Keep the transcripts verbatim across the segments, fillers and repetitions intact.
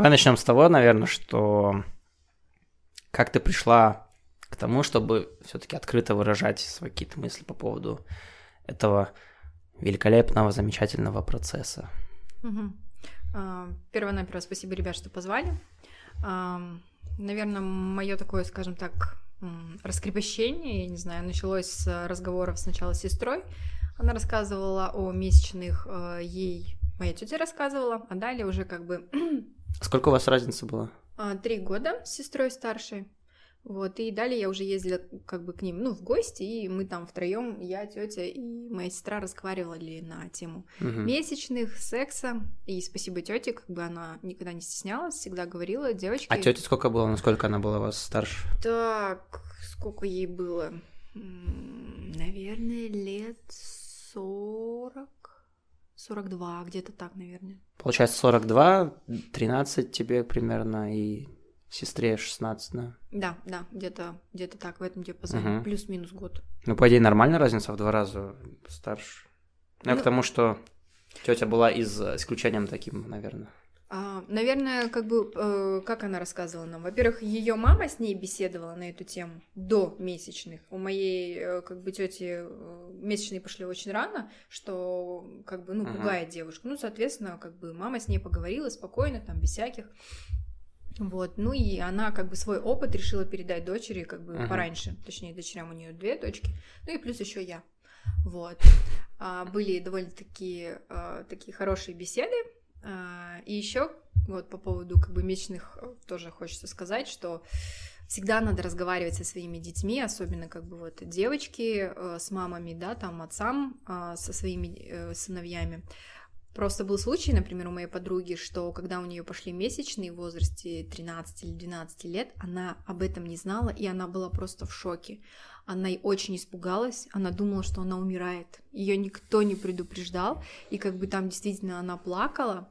давай начнем с того, наверное, что как ты пришла к тому, чтобы все-таки открыто выражать свои какие-то мысли по поводу этого великолепного, замечательного процесса. Угу. Перво-наперво спасибо, ребят, что позвали. Наверное, мое такое, скажем так, раскрепощение, я не знаю, началось с разговоров сначала с сестрой. Она рассказывала о месячных, ей моя тетя рассказывала, а далее уже как бы... Сколько у вас разница была? Три года с сестрой старшей. Вот, и далее я уже ездила как бы к ним, ну, в гости, и мы там втроем, я, тетя и моя сестра разговаривали на тему угу. месячных, секса, и спасибо тете, как бы она никогда не стеснялась, всегда говорила, девочки... А тетя сколько было, насколько она была у вас старше? Так, сколько ей было? Наверное, лет сорок, сорок два, где-то так, наверное. Получается, сорок два, тринадцать тебе примерно, и... Сестре шестнадцать, да? Да, да, где-то, где-то так, в этом диапазоне, угу. плюс-минус год. Ну, по идее, нормальная разница в два раза старше. Ну, ну к тому, что тетя была из исключением таким, наверное. А, наверное, как бы, э, как она рассказывала нам? Во-первых, ее мама с ней беседовала на эту тему до месячных. У моей, э, как бы, тети э, месячные пошли очень рано, что, как бы, ну, пугает uh-huh. девушку. Ну, соответственно, как бы, мама с ней поговорила спокойно, там, без всяких... Вот, ну и она как бы свой опыт решила передать дочери как бы uh-huh. пораньше, точнее дочерям у нее две дочки, ну и плюс еще я, вот. А, были довольно-таки а, такие хорошие беседы, а, и еще вот по поводу как бы месячных тоже хочется сказать, что всегда надо разговаривать со своими детьми, особенно как бы вот девочки а, с мамами, да, там отцам а, со своими а, сыновьями. Просто был случай, например, у моей подруги, что когда у нее пошли месячные в возрасте тринадцати или двенадцати лет, она об этом не знала, и она была просто в шоке. Она очень испугалась, она думала, что она умирает. Ее никто не предупреждал, и как бы там действительно она плакала.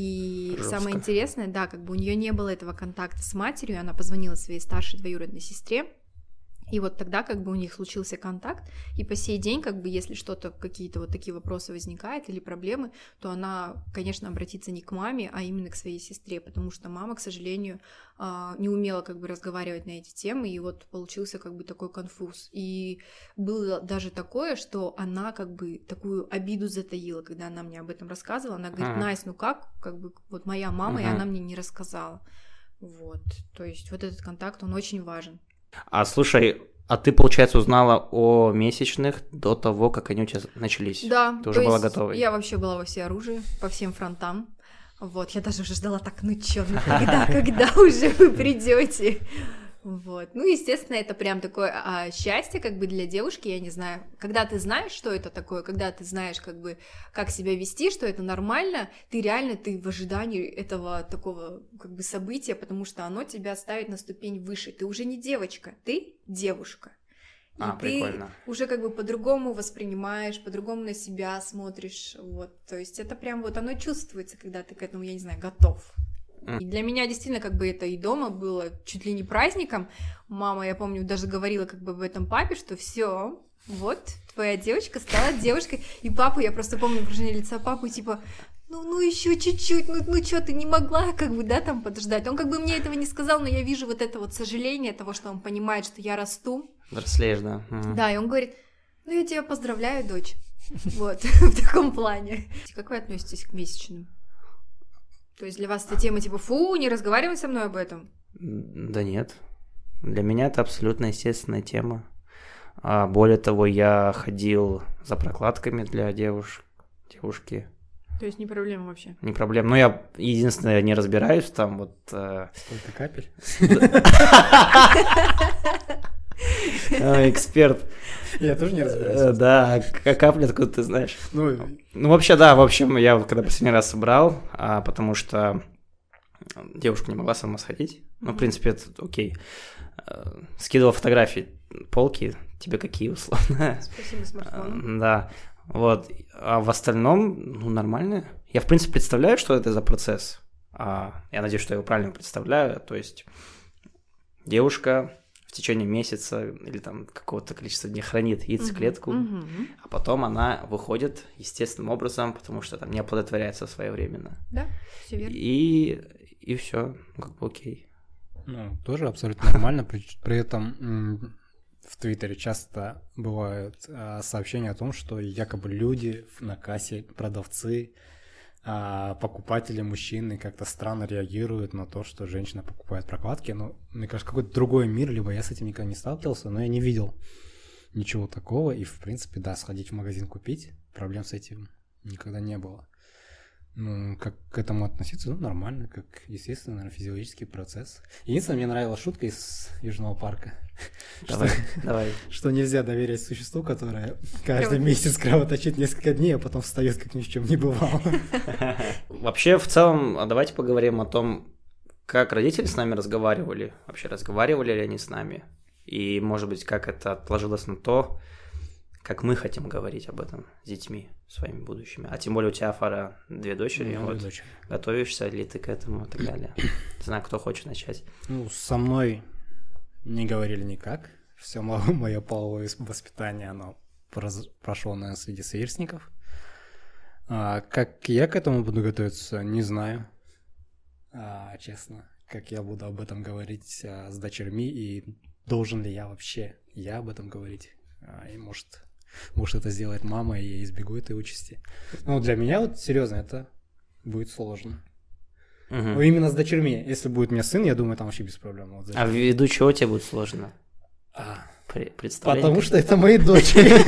И жестко. Самое интересное, да, как бы у нее не было этого контакта с матерью, она позвонила своей старшей двоюродной сестре. И вот тогда как бы у них случился контакт, и по сей день, как бы, если что-то, какие-то вот такие вопросы возникают или проблемы, то она, конечно, обратится не к маме, а именно к своей сестре, потому что мама, к сожалению, не умела как бы разговаривать на эти темы, и вот получился как бы такой конфуз. И было даже такое, что она как бы такую обиду затаила, когда она мне об этом рассказывала, она говорит: ага. Настя, ну как, как бы вот моя мама, ага. и она мне не рассказала. Вот, то есть вот этот контакт, он очень важен. А слушай, а ты, получается, узнала о месячных до того, как они у тебя начались? Да. Ты уже была готова? Я вообще была во всеоружии, по всем фронтам. Вот, я даже уже ждала, так, ну чё, ну когда, когда уже вы придете? Вот, ну, естественно, это прям такое а, счастье, как бы, для девушки, я не знаю, когда ты знаешь, что это такое, когда ты знаешь, как бы, как себя вести, что это нормально, ты реально, ты в ожидании этого такого, как бы, события, потому что оно тебя ставит на ступень выше, ты уже не девочка, ты девушка. И а, ты прикольно. Уже как бы по-другому воспринимаешь, по-другому на себя смотришь, вот, то есть это прям вот оно чувствуется, когда ты к этому, я не знаю, готов. И для меня действительно как бы это и дома было чуть ли не праздником. Мама, я помню, даже говорила как бы об этом папе, что все, вот, твоя девочка стала девушкой. И папу, я просто помню выражение лица папы, типа, ну, ну еще чуть-чуть, ну, ну что, ты не могла как бы, да, там подождать. Он как бы мне этого не сказал, но я вижу вот это вот сожаление того, что он понимает, что я расту. Взрослеешь, да. Угу. Да, и он говорит: ну, я тебя поздравляю, дочь. Вот, в таком плане. Как вы относитесь к месячным? То есть для вас эта тема типа «фу, не разговаривай со мной об этом»? Да нет. Для меня это абсолютно естественная тема. А более того, я ходил за прокладками для девушек, девушки. То есть не проблема вообще? Не проблема. Ну, я единственное не разбираюсь там вот... Сколько капель? Эксперт. Я тоже не разбираюсь. Да, капля откуда ты знаешь. Ну, ну, вообще, да, в общем, я вот когда последний раз собрал, а, потому что девушка не могла сама сходить. Ну, в принципе, это окей. Скидывал фотографии полки, тебе какие условно. Спасибо, смартфон. Да, вот. А в остальном, ну, нормально. Я, в принципе, представляю, что это за процесс. А, я надеюсь, что я его правильно представляю. То есть девушка в течение месяца или там какого-то количества дней хранит яйцеклетку, uh-huh, uh-huh. а потом она выходит естественным образом, потому что там не оплодотворяется своевременно. Да, все верно. И, и все, как бы окей. Ну, тоже абсолютно нормально. При, при этом в Твиттере часто бывают а, сообщения о том, что якобы люди на кассе, продавцы, а, покупатели, мужчины как-то странно реагируют на то, что женщина покупает прокладки. Ну, мне кажется, какой-то другой мир, либо я с этим никогда не сталкивался, но я не видел ничего такого. И, в принципе, да, сходить в магазин купить, проблем с этим никогда не было. Ну, как к этому относиться? Ну, нормально, как естественно, наверное, физиологический процесс. Единственное, мне нравилась шутка из Южного парка. Давай, что, давай. Что нельзя доверять существу, которое каждый месяц кровоточит несколько дней, а потом встает, как ни в чем не бывало. Вообще, в целом, давайте поговорим о том, как родители с нами разговаривали. Вообще, разговаривали ли они с нами? И, может быть, как это отложилось на то, как мы хотим говорить об этом с детьми своими будущими. А тем более у тебя, Фара, две дочери. Ну, вот. дочери. Готовишься ли ты к этому и так далее? Не знаю, кто хочет начать. Ну, со мной не говорили никак. Все мое половое воспитание, оно прошло, наверное, среди сверстников. А как я к этому буду готовиться, не знаю. А, честно, как я буду об этом говорить а, с дочерьми, и должен ли я вообще я об этом говорить. А, и может... Может, это сделает мама, и я избегу этой участи. Ну, для меня вот, серьезно, это будет сложно. Угу. Ну, именно с дочерьми. Если будет у меня сын, я думаю, там вообще без проблем. Вот а ввиду чего тебе будет сложно? А, Потому что это мои дочери.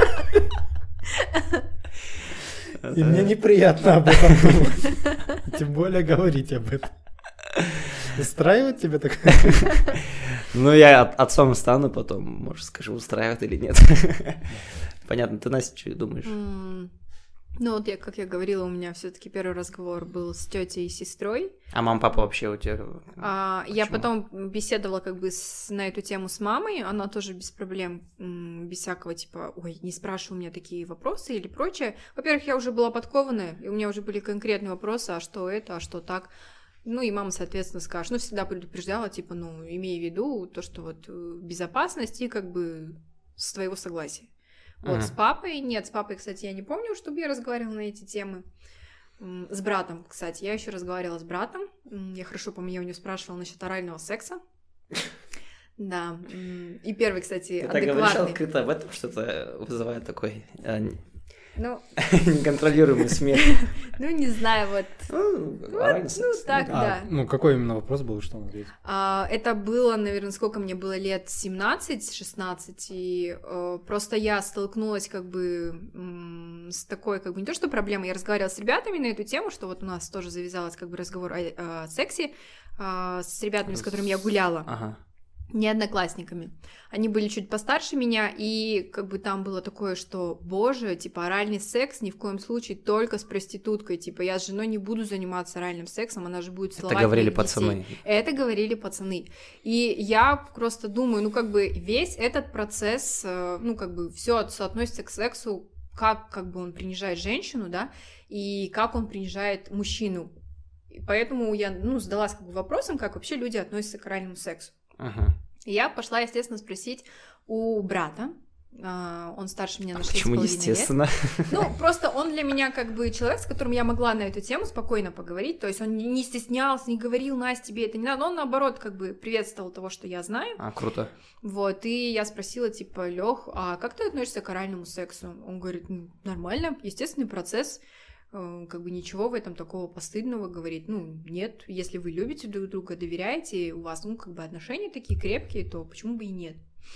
И мне неприятно об этом думать. Тем более говорить об этом. Устраивает тебя такое? Ну, я отцом стану потом, может, скажу, устраивает или нет. Понятно. Ты, Настя, что думаешь? Mm. Ну, вот я, как я говорила, у меня все-таки первый разговор был с тетей и сестрой. А мама, папа вообще у тебя? А, я потом беседовала как бы с, на эту тему с мамой, она тоже без проблем, без всякого типа, ой, не спрашивай у меня такие вопросы или прочее. Во-первых, я уже была подкованная, и у меня уже были конкретные вопросы, а что это, а что так. Ну, и мама, соответственно, скажет, ну, всегда предупреждала, типа, ну, имей в виду то, что вот безопасность и как бы с твоего согласия. Вот, uh-huh. С папой, нет, с папой, кстати, я не помню, чтобы я разговаривала на эти темы. С братом, кстати, я еще разговаривала с братом, я хорошо помню, я у него спрашивала насчет орального секса. Да, и первый, кстати, адекватный. Ты так говоришь открыто об этом, что-то вызывает такой... Ну, неконтролируемый смех. Ну, не знаю, вот. Ну, ну так, да. Ну, какой именно вопрос был, что он ответил? Это было, наверное, сколько мне было лет, семнадцать-шестнадцать, и просто я столкнулась как бы с такой, как бы, не то что проблемой, я разговаривала с ребятами на эту тему, что вот у нас тоже завязалась как бы разговор о сексе с ребятами, с которыми я гуляла. Ага. Не одноклассниками. Они были чуть постарше меня, и как бы там было такое, что, боже, типа, оральный секс ни в коем случае только с проституткой, типа, я с женой не буду заниматься оральным сексом, она же будет целовать. Это говорили детей. пацаны. Это говорили пацаны. И я просто думаю, ну, как бы весь этот процесс, ну, как бы все соотносится к сексу, как, как бы он принижает женщину, да, и как он принижает мужчину. И поэтому я, ну, задалась как бы вопросом, как вообще люди относятся к оральному сексу. Ага. Я пошла, естественно, спросить у брата. Он старше меня на шесть с Почему половиной естественно? лет. Ну, просто он для меня как бы человек, с которым я могла на эту тему спокойно поговорить. То есть он не стеснялся, не говорил, Настя, тебе это не надо. Он, наоборот, как бы приветствовал того, что я знаю. А, круто. Вот, и я спросила, типа, Лёх, а как ты относишься к оральному сексу? Он говорит, ну, нормально, естественный процесс. Как бы ничего в этом такого постыдного, говорит, ну, нет, если вы любите друг друга, доверяете, у вас, ну, как бы отношения такие крепкие, то почему бы и нет?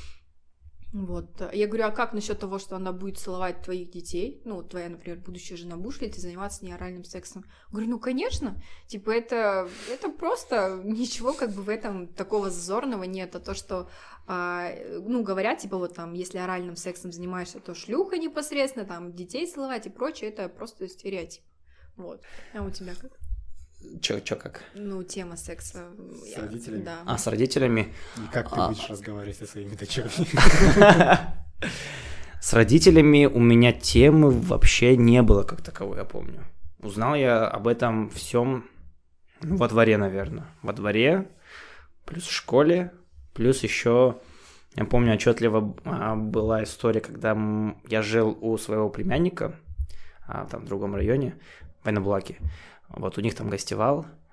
Вот, я говорю, а как насчет того, что она будет целовать твоих детей, ну, твоя, например, будущая жена, будешь ли ты заниматься с ней оральным сексом? Говорю, ну, конечно, типа, это, это просто ничего, как бы, в этом такого зазорного нет, а то, что, а, ну, говорят, типа, вот там, если оральным сексом занимаешься, то шлюха непосредственно, там, детей целовать и прочее, это просто стереотип, вот, а у тебя как? Чё, чё как? Ну, тема секса. С я... родителями? Да. А, с родителями? И как ты а... будешь разговаривать со своими дочерьми? С родителями у меня темы вообще не было как таковой, я помню. Узнал я об этом всем во дворе, наверное. Во дворе, плюс в школе, плюс еще, я помню, отчетливо была история, когда я жил у своего племянника, там в другом районе, в Айнабулаке. Вот у них там гостевал,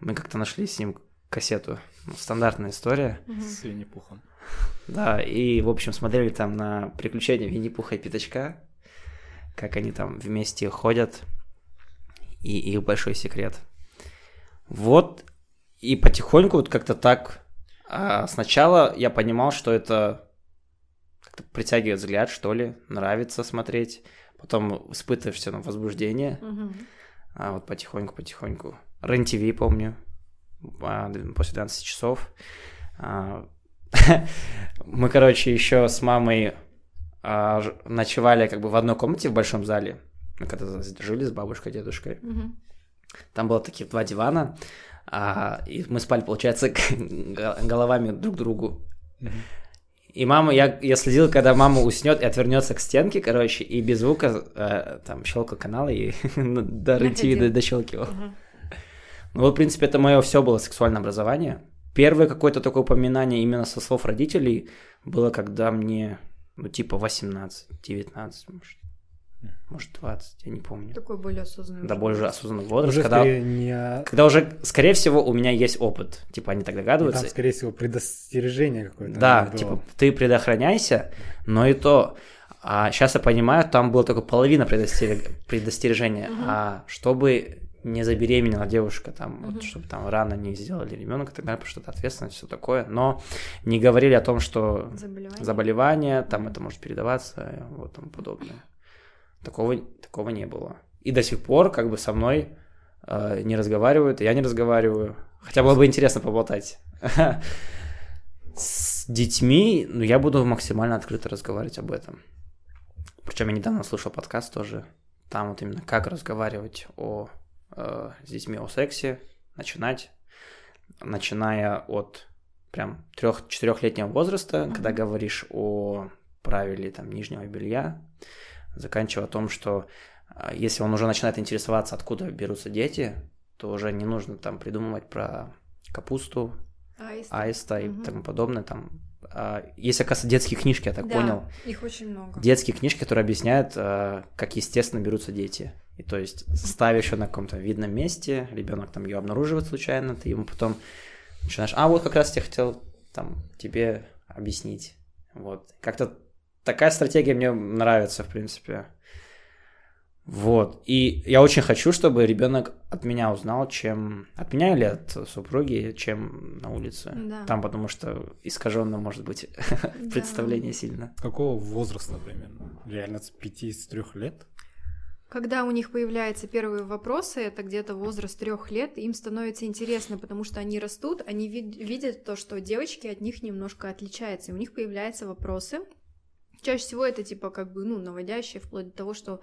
Мы как-то нашли с ним кассету. Ну, стандартная история. Мгм. С Винни-Пухом. Да, и, в общем, смотрели там на приключения Винни-Пуха и Пятачка, как они там вместе ходят, и их большой секрет. Вот, и потихоньку вот как-то так. А сначала я понимал, что это как-то притягивает взгляд, что ли, нравится смотреть. Потом испытываешь все равно возбуждение. Мгм. А вот потихоньку-потихоньку. Рен-ТВ, помню, а, после двенадцати часов. А, Мы, короче, еще с мамой а, ж- ночевали как бы в одной комнате в большом зале. Мы когда жили с бабушкой, дедушкой. Мгм. Там было таких два дивана, а, и мы спали, получается, к- го- головами друг к другу. И мама, я, я следил, когда мама уснет и отвернется к стенке, короче, и без звука э, там щелкал каналы и до рен-ТВ Находил. дощелкивал. Мгм. Ну вот, в принципе, это мое все было сексуальное образование. Первое какое-то такое упоминание именно со слов родителей было, когда мне, ну, типа восемнадцать, девятнадцать, может, может двадцать, я не помню. Такой более осознанный. Да, уже более возраст. осознанный возраст, Уже когда, скорее не... о- когда уже, скорее всего, у меня есть опыт. Типа, они так Там, догадываются. скорее всего, предостережение какое-то. Да, наверное, типа, было. ты предохраняйся, но и то. А сейчас я понимаю, там было только половина предостерег- предостережения. Мгм. А чтобы не забеременела девушка, там, Мгм. вот, чтобы там рано не сделали ребенок и так далее, потому что это ответственность, все такое. Но не говорили о том, что Заболевание. заболевание, там Мгм. это может передаваться и вот тому подобное. Такого, такого не было. И до сих пор как бы со мной э, не разговаривают, и я не разговариваю. Хотя было бы интересно поболтать. С детьми, ну, я буду максимально открыто разговаривать об этом. Причем я недавно слушал подкаст тоже. Там вот именно как разговаривать о, э, с детьми о сексе, начинать, начиная от прям трех-четырехлетнего возраста, Мгм. когда говоришь о правиле там нижнего белья, заканчивая о том, что а, если он уже начинает интересоваться, откуда берутся дети, то уже не нужно там придумывать про капусту, Аист. аиста и Мгм. тому подобное. Там, а, есть, оказывается, детские книжки, я так Да, понял. их очень много. Детские книжки, которые объясняют, а, как естественно берутся дети. И то есть ставишь ее на каком-то видном месте, ребенок там ее обнаруживает случайно, ты ему потом начинаешь, а вот как раз я хотел там тебе объяснить. Вот. Как-то такая стратегия мне нравится, в принципе. Вот. И я очень хочу, чтобы ребенок от меня узнал, чем... От меня или от супруги, чем на улице. Да. Там, потому что искаженно может быть представление сильно. С какого возраста примерно? Реально с пяти, с трех лет? Когда у них появляются первые вопросы, это где-то возраст трех лет, им становится интересно, потому что они растут, они вид- видят то, что девочки от них немножко отличаются, и у них появляются вопросы. Чаще всего это типа как бы, ну, наводящие, вплоть до того, что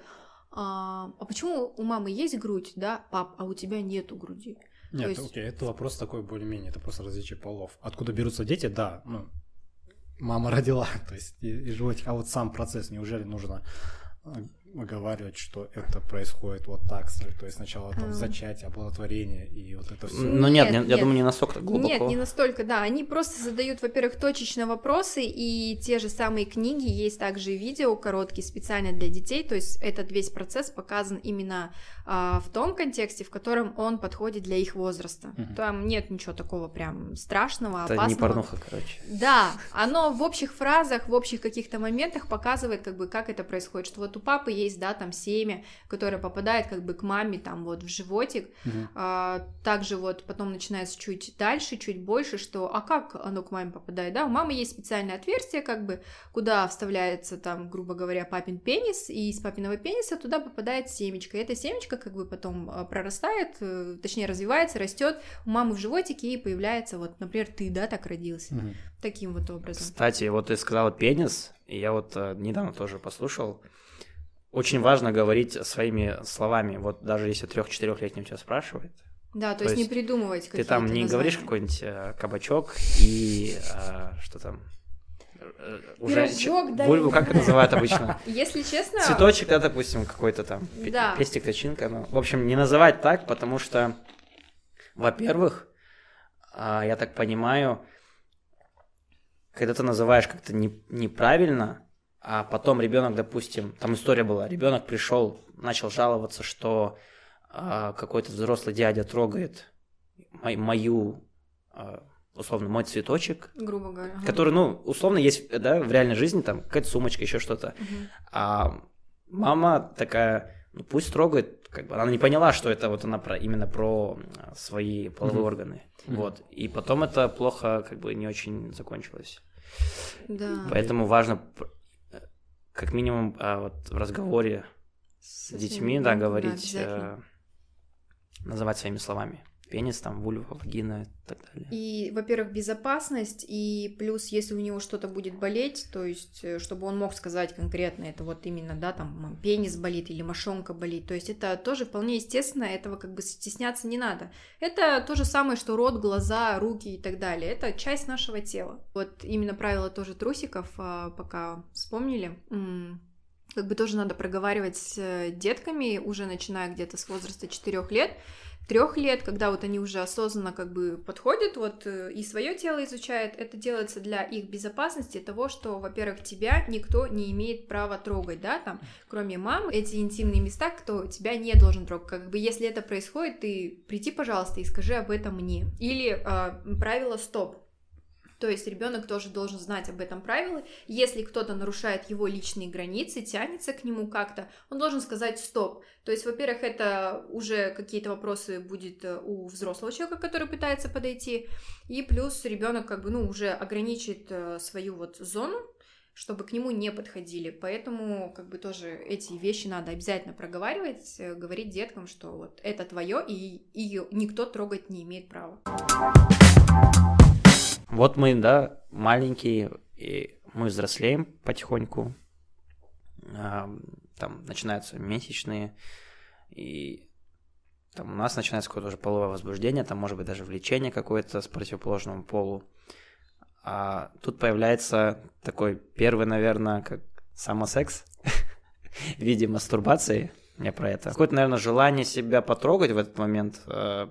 а, а почему у мамы есть грудь, да, пап, а у тебя нету груди? Нет, есть- окей, это вопрос такой более-менее, это просто различие полов. Откуда берутся дети, да, ну, мама родила, то есть и, и животик, а вот сам процесс, неужели нужно а, оговаривать, что это происходит вот так, то есть сначала там Ам. зачатие, оплодотворение и вот это все. Ну нет, Нет, не- я нет. думаю, не настолько глубоко. Нет, не настолько, да. Они просто задают, во-первых, точечно вопросы, и те же самые книги, есть также видео короткие специально для детей, то есть этот весь процесс показан именно а, в том контексте, в котором он подходит для их возраста. Мгм. Там нет ничего такого прям страшного, Это опасного. не порнуха, короче. Да, оно в общих фразах, в общих каких-то моментах показывает, как бы, как это происходит, что вот у папы есть, да, там семя, которое попадает, как бы, к маме, там, вот, в животик, Мгм. а, также вот потом начинается чуть дальше, чуть больше, что, а как оно к маме попадает, да, у мамы есть специальное отверстие, как бы, куда вставляется, там, грубо говоря, папин пенис, и из папиного пениса туда попадает семечко, и это семечко, как бы, потом а, прорастает, э, точнее, развивается, растет у мамы в животике, и появляется, вот, например, ты, да, так родился, Мгм. таким вот образом. Кстати, вот ты сказала пенис, и я вот э, недавно тоже послушал. Очень важно говорить своими словами. Вот даже если трех-четырехлетний тебя спрашивает, Да, то, То есть, не есть придумывать ты какие-то там не названия. говоришь какой-нибудь э, кабачок и э, что там? Э, уже Пирожок, ч- да, Бульбу я как не это называют обычно? Если честно... Цветочек, да, допустим, какой-то там. пе- Да. Пестик, точинка. Ну, в общем, не называть так, потому что, во-первых, а, я так понимаю, когда ты называешь как-то не- неправильно, а потом ребенок, допустим, там история была, ребенок пришел, начал жаловаться, что а, какой-то взрослый дядя трогает мою, условно, мой цветочек, грубо говоря, который, ну, условно, есть, да, в реальной жизни, там, какая-то сумочка, еще что-то. Угу. А мама такая, ну, пусть трогает, как бы, она не поняла, что это вот она про, именно про свои половые mm-hmm. органы. Mm-hmm. Вот. И потом это плохо, как бы, не очень закончилось. Да. Поэтому важно, как минимум, вот в разговоре с, с детьми, да, говорить, да, э, называть своими словами. Пенис, там, вульва, вагина и так далее. И, во-первых, безопасность, и плюс, если у него что-то будет болеть, то есть, чтобы он мог сказать конкретно, это вот именно, да, там, пенис болит или мошонка болит, то есть это тоже вполне естественно, этого как бы стесняться не надо. Это то же самое, что рот, глаза, руки и так далее, это часть нашего тела. Вот именно правило тоже трусиков, пока вспомнили, как бы тоже надо проговаривать с детками, уже начиная где-то с возраста четырёх лет, трех лет, когда вот они уже осознанно как бы подходят, вот и свое тело изучают, это делается для их безопасности, того, что, во-первых, тебя никто не имеет права трогать, да, там, кроме мам, эти интимные места, кто тебя не должен трогать, как бы, если это происходит, ты приди, пожалуйста, и скажи об этом мне. Или э, правило стоп. То есть ребенок тоже должен знать об этом правиле. Если кто-то нарушает его личные границы, тянется к нему как-то, он должен сказать стоп. То есть, во-первых, это уже какие-то вопросы будет у взрослого человека, который пытается подойти, и плюс ребенок как бы, ну, уже ограничит свою вот зону, чтобы к нему не подходили. Поэтому как бы тоже эти вещи надо обязательно проговаривать, говорить деткам, что вот это твое, и ее никто трогать не имеет права. Вот мы, да, маленькие, и мы взрослеем потихоньку, там начинаются месячные, и там у нас начинается какое-то уже половое возбуждение, там может быть даже влечение какое-то с противоположным полу. А тут появляется такой первый, наверное, как самосекс в виде мастурбации, мне про это. Какое-то, наверное, желание себя потрогать в этот момент.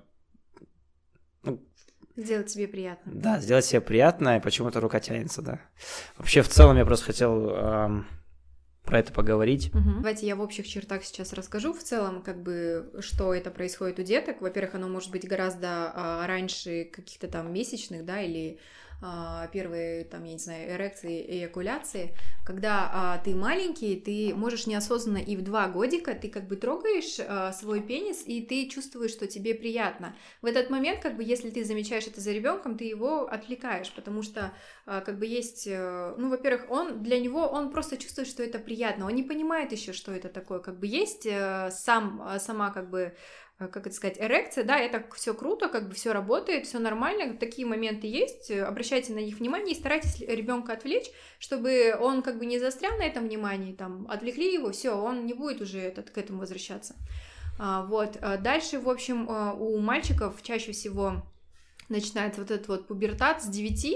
Сделать себе приятно. Да, сделать себе приятно, и почему-то рука тянется, да. Вообще, в целом, я просто хотел эм, про это поговорить. Угу. Давайте я в общих чертах сейчас расскажу. В целом, как бы, что это происходит у деток. Во-первых, оно может быть гораздо а, раньше каких-то там месячных, да, или а, первые, там, я не знаю, эрекции, эякуляции. Когда а, ты маленький, ты можешь неосознанно и в два годика ты как бы трогаешь а, свой пенис, и ты чувствуешь, что тебе приятно. В этот момент, как бы, если ты замечаешь это за ребенком, ты его отвлекаешь, потому что а, как бы есть, ну, во-первых, он для него, он просто чувствует, что это приятно, он не понимает еще, что это такое, как бы есть а, сам, сама как бы, как это сказать, эрекция, да, это все круто, как бы все работает, все нормально, такие моменты есть, обращайте на них внимание и старайтесь ребенка отвлечь, чтобы он как бы не застрял на этом внимании, там, отвлекли его, все, он не будет уже этот, к этому возвращаться. А, вот, дальше, в общем, у мальчиков чаще всего начинается вот этот вот пубертат с девяти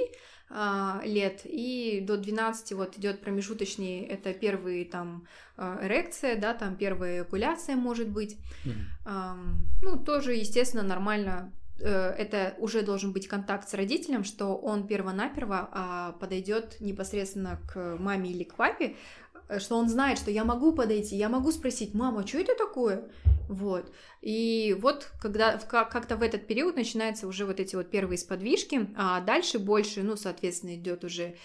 лет, и до двенадцати вот идет промежуточный, это первые там эрекция, да, там первая эякуляция может быть. Mm-hmm. Ну, тоже, естественно, нормально, это уже должен быть контакт с родителем, что он перво-наперво подойдет непосредственно к маме или к папе, что он знает, что я могу подойти, я могу спросить: мама, что это такое? Вот. И вот когда как-то в этот период начинаются уже вот эти вот первые сподвижки, а дальше больше, ну, соответственно, идет уже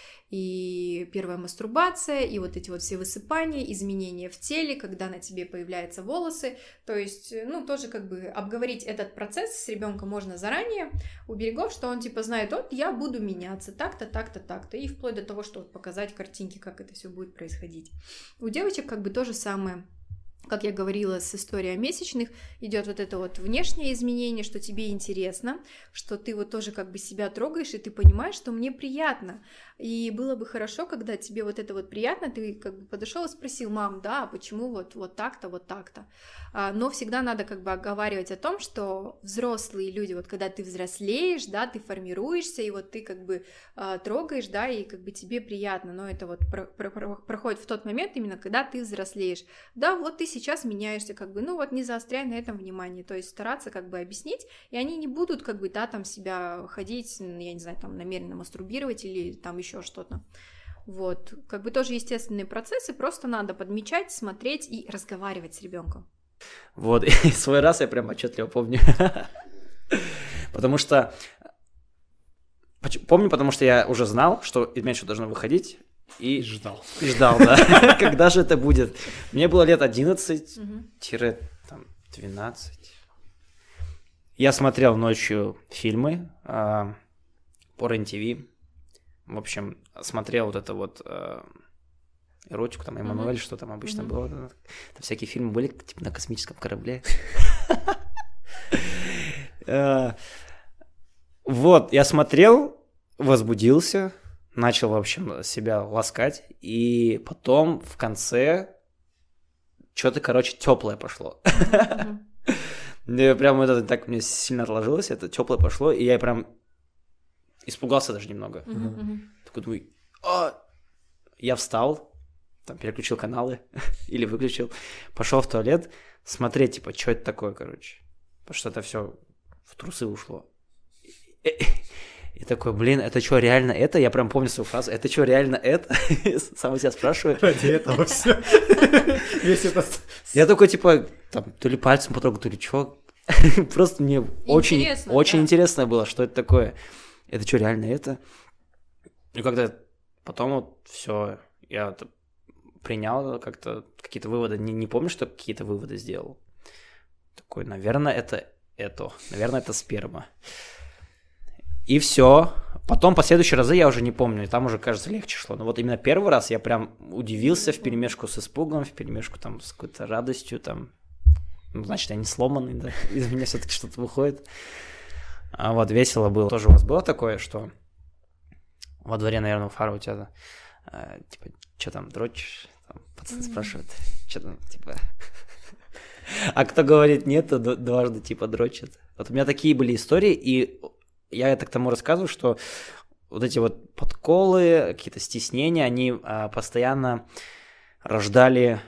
и первая мастурбация, и вот эти вот все высыпания, изменения в теле, когда на тебе появляются волосы. То есть, ну, тоже как бы обговорить этот процесс с ребенком можно заранее у берегов, что он типа знает: вот я буду меняться так-то, так-то, так-то, и вплоть до того, что вот показать картинки, как это все будет происходить. У девочек как бы то же самое. Как я говорила, с историей месячных идет вот это вот внешнее изменение, что тебе интересно, что ты вот тоже как бы себя трогаешь, и ты понимаешь, что мне приятно. И было бы хорошо, когда тебе вот это вот приятно, ты как бы подошел и спросил: мам, да, почему вот, вот так-то, вот так-то. А, но всегда надо как бы оговаривать о том, что взрослые люди, вот когда ты взрослеешь, да, ты формируешься, и вот ты как бы а, трогаешь, да, и как бы тебе приятно, но это вот про- про- про- проходит в тот момент именно, когда ты взрослеешь. Да, вот ты сейчас меняешься, как бы, ну вот не заостряй на этом внимание, то есть стараться как бы объяснить, и они не будут как бы, да, там себя ходить, я не знаю, там намеренно мастурбировать или там еще что-то. Вот, как бы тоже естественные процессы, просто надо подмечать, смотреть и разговаривать с ребенком. Вот, и свой раз я прям отчетливо помню. Потому что... Помню, потому что я уже знал, что «Изменщик» должно выходить. И ждал. И ждал, да. Когда же это будет? Мне было лет одиннадцать-двенадцать. Я смотрел ночью фильмы по РЕН ти ви. В общем, смотрел вот это вот эротику, там, Эммануэль, что там обычно было. Там всякие фильмы были, типа, на космическом корабле. Вот, я смотрел, возбудился, начал, в общем, себя ласкать, и потом в конце что-то, короче, теплое пошло. Прям это так мне сильно отложилось, это теплое пошло, и я прям испугался даже немного. Такой думаю, а! Я встал, там переключил каналы или выключил, пошел в туалет смотреть, типа, что это такое, короче. Потому что это все в трусы ушло. И такой, блин, это что, реально это? Я прям помню свою фразу, это что, реально это? Сам себя спрашиваю. Ради этого все. Весь этот... Я такой, типа, там, то ли пальцем потрогал, то ли что. Просто мне очень, очень интересно было, что это такое. Это что, реально это? И когда потом вот все, я принял как-то какие-то выводы. Не, не помню, что какие-то выводы сделал. Такой, наверное, это это. Наверное, это сперма. И все. Потом последующие разы я уже не помню, и там уже, кажется, легче шло. Но вот именно первый раз я прям удивился вперемешку с испугом, вперемешку там с какой-то радостью, там, ну, значит, я не сломанный, да, из меня все-таки что-то выходит. А вот весело было. Тоже у вас было такое, что во дворе, наверное, у Фара у тебя, э, типа, что там, дрочишь? Там пацаны спрашивают, что там, типа... А кто говорит нет, то дважды, типа, дрочит. Вот у меня такие были истории, и... Я это к тому рассказываю, что вот эти вот подколы, какие-то стеснения, они а, постоянно рождали...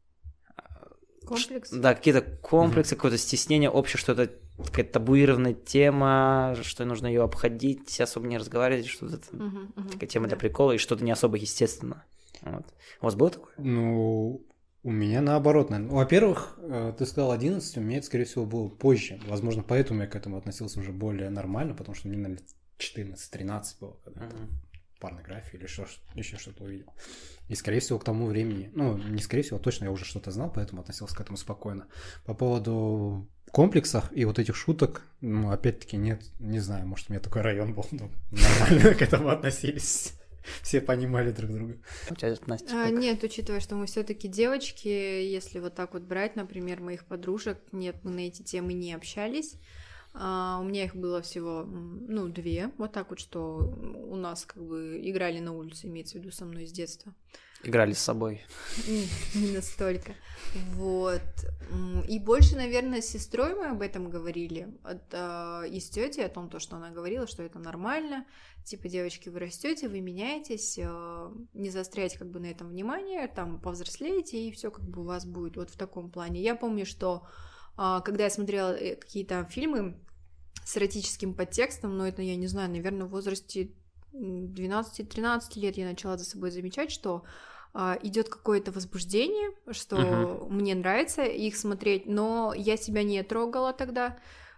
Комплекс? Ш, да, какие-то комплексы, mm-hmm. какое-то стеснение общее, что это какая-то табуированная тема, что нужно ее обходить, особо не разговаривать, что это mm-hmm, mm-hmm. такая тема для прикола, и что-то не особо естественно. Вот. У вас было такое? Ну... У меня наоборот, наверное. Во-первых, ты сказал одиннадцать, у меня это, скорее всего, было позже. Возможно, поэтому я к этому относился уже более нормально, потому что мне, наверное, четырнадцать-тринадцать было, когда uh-huh. порнографию или что, еще что-то увидел. И, скорее всего, к тому времени, ну, не скорее всего, точно я уже что-то знал, поэтому относился к этому спокойно. По поводу комплексов и вот этих шуток, ну, опять-таки, нет, не знаю, может, у меня такой район был, но нормально к этому относились. Все понимали друг друга. У тебя, Настя, а, нет, учитывая, что мы все-таки девочки, если вот так вот брать, например, моих подружек, нет, мы на эти темы не общались. А, у меня их было всего, ну, две, вот так вот, что у нас как бы играли на улице, имеется в виду со мной с детства. Играли с собой. Не, не настолько. Вот. И больше, наверное, с сестрой мы об этом говорили. От, а, и с тетей о том, то, что она говорила, что это нормально. Типа, девочки, вы растете, вы меняетесь, а, не заостряйте как бы на этом внимание, там повзрослеете, и все как бы у вас будет вот в таком плане. Я помню, что а, когда я смотрела какие-то фильмы с эротическим подтекстом, но это, я не знаю, наверное, в возрасте двенадцать-тринадцать лет я начала за собой замечать, что а, идет какое-то возбуждение, что uh-huh. мне нравится их смотреть, но я себя не трогала тогда,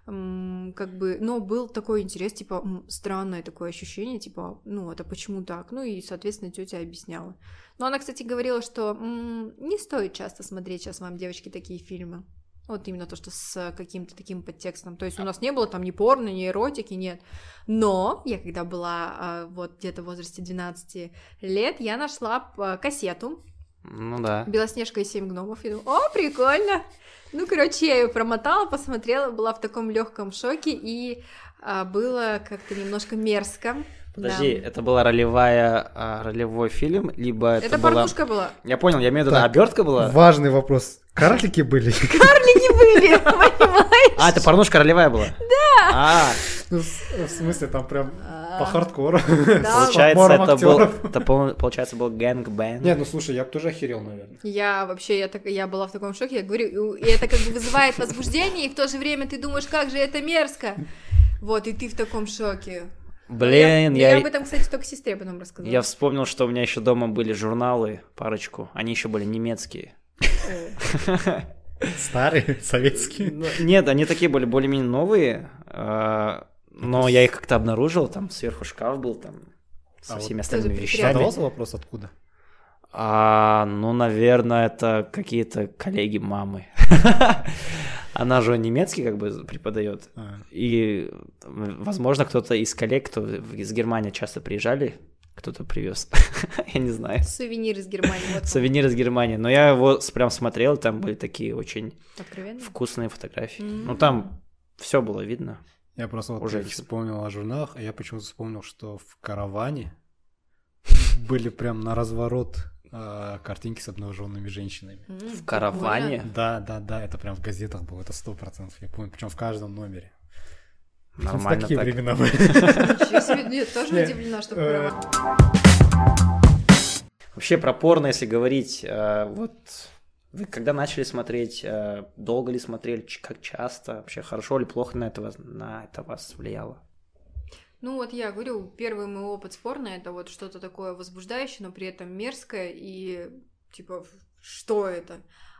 м, как бы, но был такой интерес, типа, м, странное такое ощущение, типа, ну, это почему так? Ну, и, соответственно, тетя объясняла. Но она, кстати, говорила, что м, не стоит часто смотреть сейчас вам, девочки, такие фильмы. Вот именно то, что с каким-то таким подтекстом. То есть у нас не было там ни порно, ни эротики, нет. Но я когда была вот где-то в возрасте двенадцати лет, я нашла кассету. Ну да. «Белоснежка и семь гномов». И думаю, о, прикольно! Ну, короче, я ее промотала, посмотрела, была в таком легком шоке, и а, было как-то немножко мерзко. Подожди, да. это была ролевая, а, ролевой фильм, либо это, это была... порнушка была. Я понял, я имею в виду, обертка была? Важный вопрос. Карлики были? Карлики были, понимаешь? А, это порнушка ролевая была? Да. А. Ну, в смысле, там прям по хардкору. Да. Получается, это был, это, получается, был гэнгбэнг. Нет, ну слушай, я бы тоже охерел, наверное. Я вообще, я, так, я была в таком шоке, я говорю, и это как бы вызывает возбуждение, и в то же время ты думаешь, как же это мерзко. Вот, и ты в таком шоке. Блин, я, я... Я об этом, кстати, только сестре потом рассказала. Я вспомнил, что у меня еще дома были журналы, парочку, они еще были немецкие. Старые, советские? Нет, они такие были более-менее новые. Но я их как-то обнаружил, там сверху шкаф был, там со А всеми вот остальными тоже вещами. Задавался вопрос, откуда? А, ну, наверное, это какие-то коллеги мамы. Она же немецкий как бы преподает. А. И, возможно, кто-то из коллег, кто из Германии часто приезжали, кто-то привез. Я не знаю. Сувенир из Германии. Вот он. Сувенир из Германии. Но я его с- прям смотрел, там были такие очень Откровенно? вкусные фотографии. М. Ну, там все было видно. Я просто вот Уже ты всё. вспомнил о журналах, а я почему-то вспомнил, что в «Караване» были прям на разворот а, картинки с обнаженными женщинами. М, В «Караване»? прикольно. Да, да, да, это прям в газетах было, это сто процентов, я помню, причем в каждом номере. Нормально Такие так. времена были. Ничего себе, я тоже Не, удивлена, что э, права. Вообще про порно, если говорить, э, вот вы когда начали смотреть, э, долго ли смотрели, ч- как часто, вообще хорошо или плохо на это, вас- на это вас влияло? Ну вот я говорю, первый мой опыт с порно — это вот что-то такое возбуждающее, но при этом мерзкое и типа что это?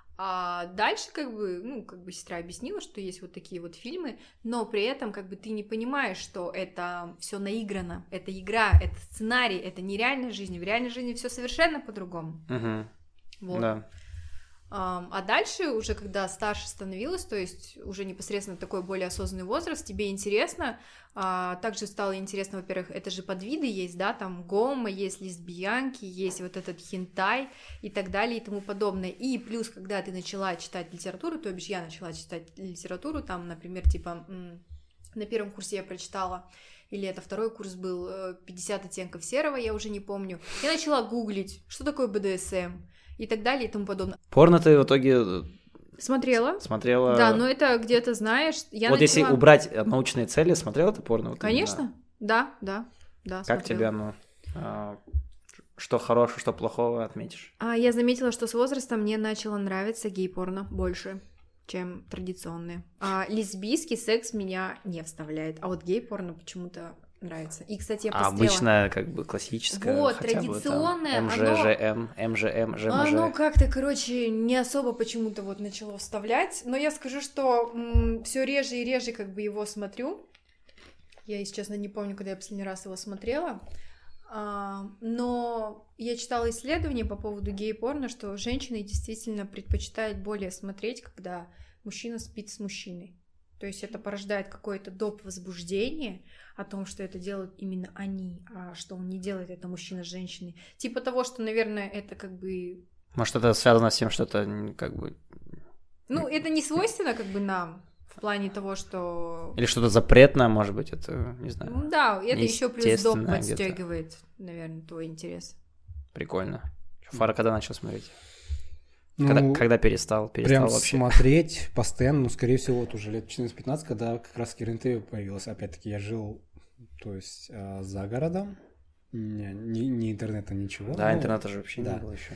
А дальше как бы, ну, как бы сестра объяснила, что есть вот такие вот фильмы, но при этом как бы ты не понимаешь, что это все наиграно, это игра, это сценарий, это не реальная жизнь, в реальной жизни все совершенно по-другому. Угу. Вот. Да. Ам, А дальше, уже когда старше становилась, то есть уже непосредственно такой более осознанный возраст, тебе интересно, а, также стало интересно, во-первых, это же подвиды есть, да, там гомо, есть лесбиянки, есть вот этот хентай и так далее и тому подобное. И плюс, когда ты начала читать литературу, то бишь я начала читать литературу, там, например, типа м, на первом курсе я прочитала, или это второй курс был, э, пятьдесят оттенков серого, я уже не помню. Я начала гуглить, что такое бэ дэ эс эм и так далее и тому подобное. Порно ты в итоге Смотрела. смотрела... Да, но это где-то, знаешь, я Вот если начала- убрать научные цели, смотрела ты порно? Вот Конечно, именно? да, да, да, Как смотрела. тебе оно? А, что хорошего, что плохого отметишь? А я заметила, что с возрастом мне начало нравиться гей-порно больше, чем традиционные. А лесбийский секс меня не вставляет, а вот гей-порно почему-то нравится. И, кстати, я А посмотрела... обычное, как бы, классическое, Вот, хотя бы там традиционное, эм оно- жэ жэ эм, эм жэ эм, жэ эм жэ. Оно как-то, короче, не особо почему-то вот начало вставлять, но я скажу, что все реже и реже как бы его смотрю. Я, если честно, не помню, когда я последний раз его смотрела. А, но я читала исследования по поводу гей-порно, что женщины действительно предпочитают более смотреть, когда мужчина спит с мужчиной. То есть это порождает какое-то доп. Возбуждение о том, что это делают именно они, а что он не делает это мужчина с женщиной. Типа того, что, наверное, это как бы... Может, это связано с тем, что это м, как бы... Ну, это не свойственно как бы нам, в плане того, что... Или что-то запретное, может быть, это, не знаю, Ну да, это еще плюс доп. Неестественное где-то. подстегивает, наверное, твой интерес. прикольно. Фара когда начал смотреть? Ну, Когда, когда перестал? Перестал прям вообще? смотреть постоянно, ну, скорее всего, вот уже лет четырнадцать-пятнадцать, когда как раз РЕН-ТВ появилась. Опять-таки, я жил, то есть, а, за городом, не, не, не интернета, ничего. Да, ну, интернета же вообще да. не было еще.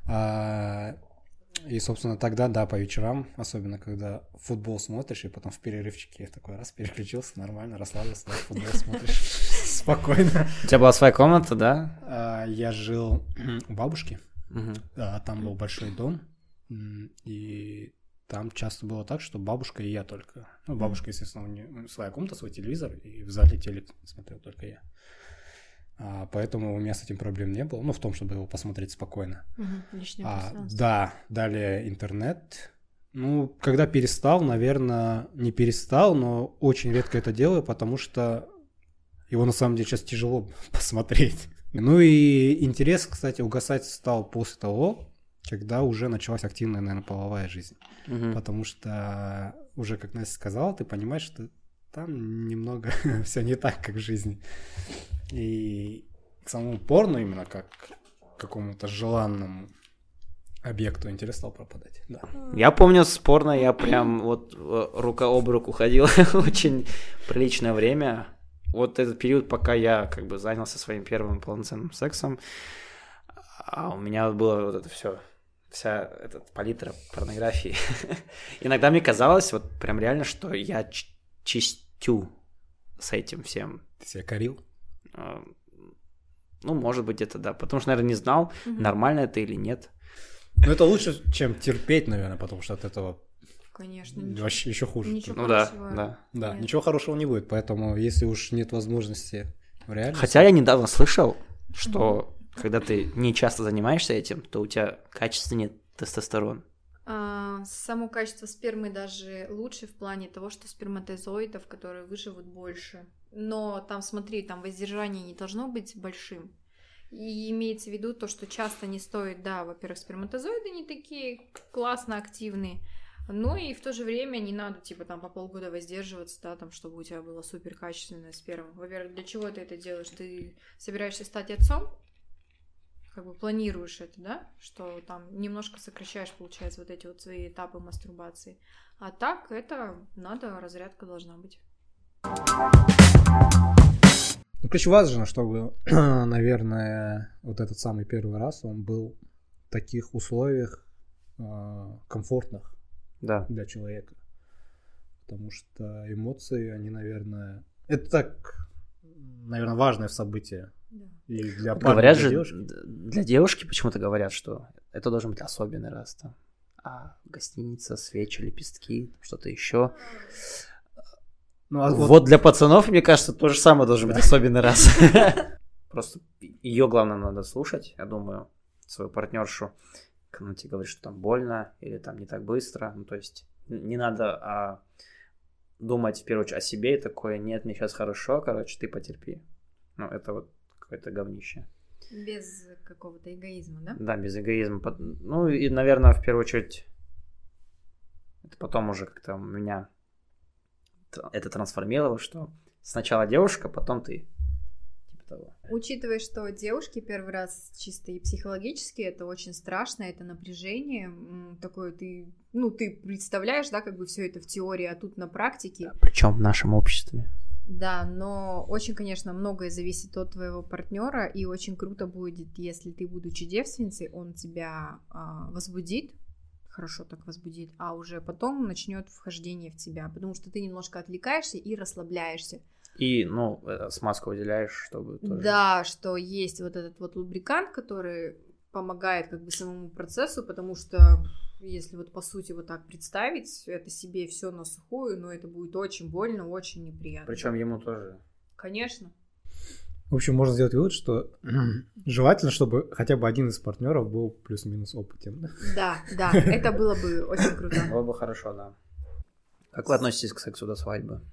А, и, собственно, тогда, да, по вечерам, особенно когда футбол смотришь, и потом в перерывчике такой раз переключился, нормально, расслабился, да, футбол смотришь спокойно. У тебя была своя комната, да? А, Я жил у бабушки, Мгм. а, там был большой дом, м, и там часто было так, что бабушка и я только. Ну, бабушка, естественно, у нее своя комната, свой телевизор, и в зале телек смотрел только я. А, поэтому у меня с этим проблем не было, ну, в том, чтобы его посмотреть спокойно. Мгм, лишнее А, пространство. да, далее интернет. Ну, когда перестал, наверное, не перестал, но очень редко это делаю, потому что его на самом деле сейчас тяжело посмотреть. Ну и интерес, кстати, угасать стал после того, когда уже началась активная, наверное, половая жизнь. Мгм. Потому что уже, как Настя сказала, ты понимаешь, что там немного все не так, как в жизни. И к самому порно именно как к какому-то желанному объекту интерес стал пропадать. Да. Я помню, спорно, я прям вот э, рука об руку ходил очень приличное время. Вот этот период, пока я как бы занялся своим первым полноценным сексом, а у меня было вот это все, вся эта палитра порнографии. Иногда мне казалось, вот прям реально, что я ч- чистю с этим всем. Ты себя корил? А, Ну, может быть, это да. Потому что, наверное, не знал, Мгм. нормально это или нет. Ну, это лучше, чем терпеть, наверное, потому что от этого Конечно, ничего, Вообще еще хуже. ничего Ну да, хорошего. да. Да, Нет. ничего хорошего не будет, поэтому если уж нет возможности в реальности... Хотя я недавно слышал, что когда ты не часто занимаешься этим, то у тебя качественнее тестостерон. А, само качество спермы даже лучше в плане того, что сперматозоидов, которые выживут больше. Но там, смотри, там воздержание не должно быть большим. И имеется в виду то, что часто не стоит, да, во-первых, сперматозоиды не такие классно активные, но и в то же время не надо, типа, там, по полгода воздерживаться, да, там, чтобы у тебя была супер качественная сперма. Во-первых, для чего ты это делаешь? Ты собираешься стать отцом? Как бы планируешь это, да, что там немножко сокращаешь, получается, вот эти вот свои этапы мастурбации. А так это надо, разрядка должна быть. Ну, короче, важно, чтобы, наверное, вот этот самый первый раз он был в таких условиях э, комфортных Да. для человека. Потому что эмоции, они, наверное... Это так, наверное, важное событие. Да. И для парня, Говорят для же, девушки. д- для девушки почему-то говорят, что это должен быть особенный раз там. А гостиница, свечи, лепестки, что-то еще. Ну, а Вот, вот- для пацанов, мне кажется, то же самое должен быть особенный раз. Просто ее, главное, надо слушать, я думаю, свою партнершу, когда она тебе говорит, что там больно или там не так быстро. Ну, то есть н- не надо а, думать в первую очередь о себе и такое, нет, мне сейчас хорошо, короче, ты потерпи. Ну, это вот какое-то говнище. Без какого-то эгоизма, да? Да, без эгоизма. Пот- Ну и, наверное, в первую очередь, это потом уже как-то у меня т- это трансформировалось, что сначала девушка, потом ты. Типа того. Учитывая, что девушки первый раз чисто и психологически, это очень страшно, это напряжение, м, такое ты, ну, ты представляешь, да, как бы все это в теории, а тут на практике. Причем в нашем обществе. Да, но очень, конечно, многое зависит от твоего партнера, и очень круто будет, если ты, будучи девственницей, он тебя а, возбудит, хорошо так возбудит, а уже потом начнет вхождение в тебя, потому что ты немножко отвлекаешься и расслабляешься. И, ну, э, смазку выделяешь, чтобы тоже... Да, что есть вот этот вот лубрикант, который помогает как бы самому процессу, потому что если вот по сути вот так представить, это себе все на сухую, но это будет очень больно, очень неприятно. Причем ему тоже. Конечно. В общем, можно сделать вывод, что желательно, чтобы хотя бы один из партнеров был плюс-минус опытен. Да, да, это было бы очень круто. Было бы хорошо, да. Как вы относитесь к сексу до свадьбы?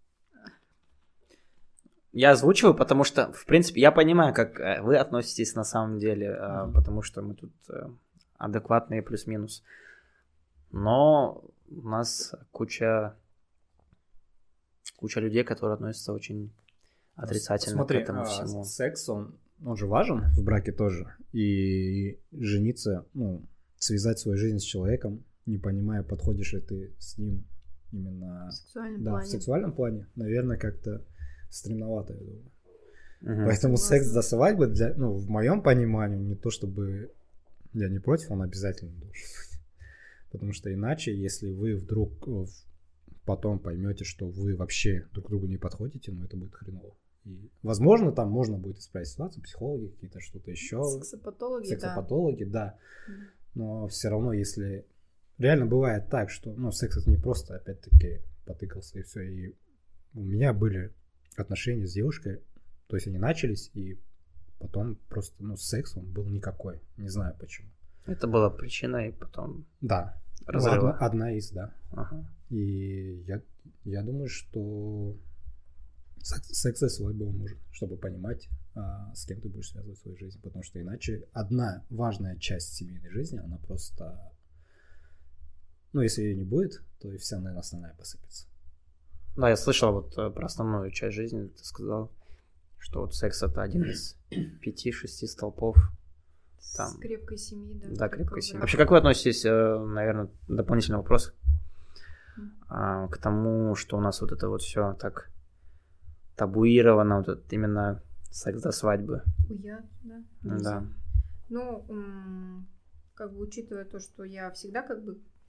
Я озвучиваю, потому что, в принципе, я понимаю, как э, вы относитесь на самом деле, э, Мгм. потому что мы тут э, адекватные плюс-минус. Но у нас куча, куча людей, которые относятся очень отрицательно Смотри, к этому а, всему. секс, он, он же важен в браке тоже. И жениться, ну, связать свою жизнь с человеком, не понимая, подходишь ли ты с ним именно В сексуальном да, плане. в сексуальном плане, наверное, как-то стремновато, я думаю. Мгм. Поэтому Согласна. секс до свадьбы, для, ну, в моем понимании, не то чтобы я не против, он обязательно должен быть. Потому что иначе, если вы вдруг э, в- потом поймете, что вы вообще друг другу не подходите, ну, это будет хреново. И, возможно, там можно будет исправить ситуацию, психологи какие-то, что-то еще, Сексопатологи, сексопатологи, да. Мгм. Но все равно, если реально бывает так, что, ну, секс это не просто, опять-таки, потыкался и все. И у меня были отношения с девушкой, то есть они начались, и потом просто, ну, секс он был никакой, не знаю почему. Это была причина, и потом Да, ну, разрыва. одна, одна из, да. Ага. И я, я думаю, что секс, секс и свадьба он нужен, чтобы понимать, а, с кем ты будешь связывать свою жизнь, потому что иначе одна важная часть семейной жизни, она просто, ну, если ее не будет, то и вся, наверное, основная посыпется. Да, я слышал вот э, про основную часть жизни, ты сказал, что вот секс это один из пяти-шести столпов. Там. С крепкой семьи, да. Да, крепкой семьи. брака. Вообще, как вы относитесь, э, наверное, дополнительный вопрос Мгм. а, к тому, что у нас вот это вот все так табуировано, вот это именно секс до свадьбы. Уят, да. Да. нельзя. Ну, м, как бы учитывая то, что я всегда как бы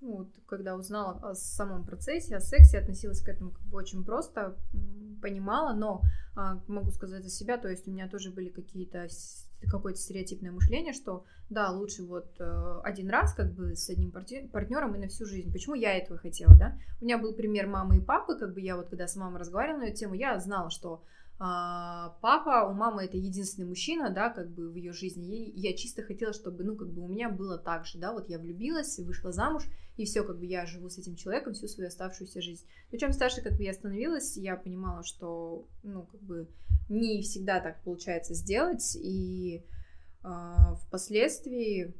ну, вот, когда узнала о самом процессе, о сексе, относилась к этому как бы очень просто, понимала, но а, могу сказать за себя, то есть у меня тоже были какие-то какое-то стереотипное мышление, что да, лучше вот э, один раз как бы с одним парти- партнером и на всю жизнь. Почему я этого хотела, да? У меня был пример мамы и папы, как бы я вот когда с мамой разговаривала на эту тему, я знала, что а, папа, у мамы это единственный мужчина, да, как бы в ее жизни, и я чисто хотела, чтобы, ну, как бы у меня было так же, да, вот я влюбилась, вышла замуж, и все, как бы я живу с этим человеком всю свою оставшуюся жизнь. Но чем старше, как бы я становилась, я понимала, что, ну, как бы не всегда так получается сделать, и а, впоследствии,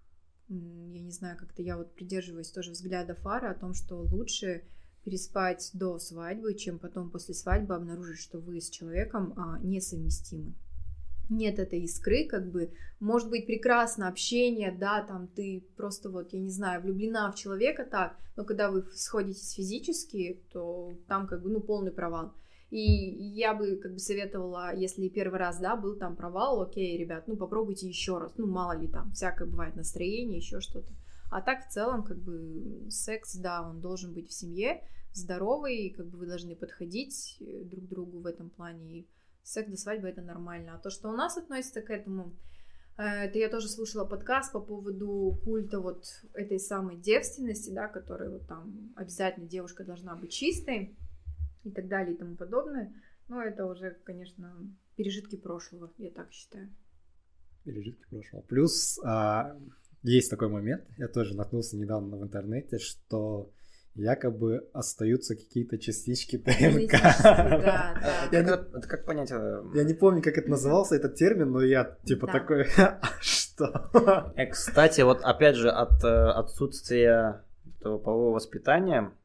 я не знаю, как-то я вот придерживаюсь тоже взгляда Фара о том, что лучше переспать до свадьбы, чем потом после свадьбы обнаружить, что вы с человеком а, несовместимы. Нет этой искры, как бы, может быть, прекрасно общение, да, там ты просто вот, я не знаю, влюблена в человека так, но когда вы сходитесь физически, то там как бы, ну, полный провал. И я бы как бы советовала, если первый раз, да, был там провал, окей, ребят, ну, попробуйте еще раз, ну, мало ли там, всякое бывает настроение, еще что-то. А так, в целом, как бы, секс, да, он должен быть в семье, здоровый, как бы вы должны подходить друг к другу в этом плане, и секс до свадьбы — это нормально. А то, что у нас относится к этому, это я тоже слушала подкаст по поводу культа вот этой самой девственности, да, которая вот там обязательно девушка должна быть чистой и так далее и тому подобное. Но это уже, конечно, пережитки прошлого, я так считаю. Пережитки прошлого. Плюс а, есть такой момент, я тоже наткнулся недавно в интернете, что якобы остаются какие-то частички ДНК. Да, да. Это, это, это как понять? Я не помню, как это назывался, этот термин, но я типа Да. такой, а что? Э, Кстати, вот опять же, от э, отсутствия этого полового воспитания,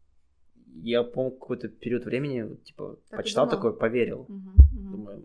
я помню какой-то период времени, типа, Так и почитал думал. такое, поверил. Мгм, мгм. Думаю,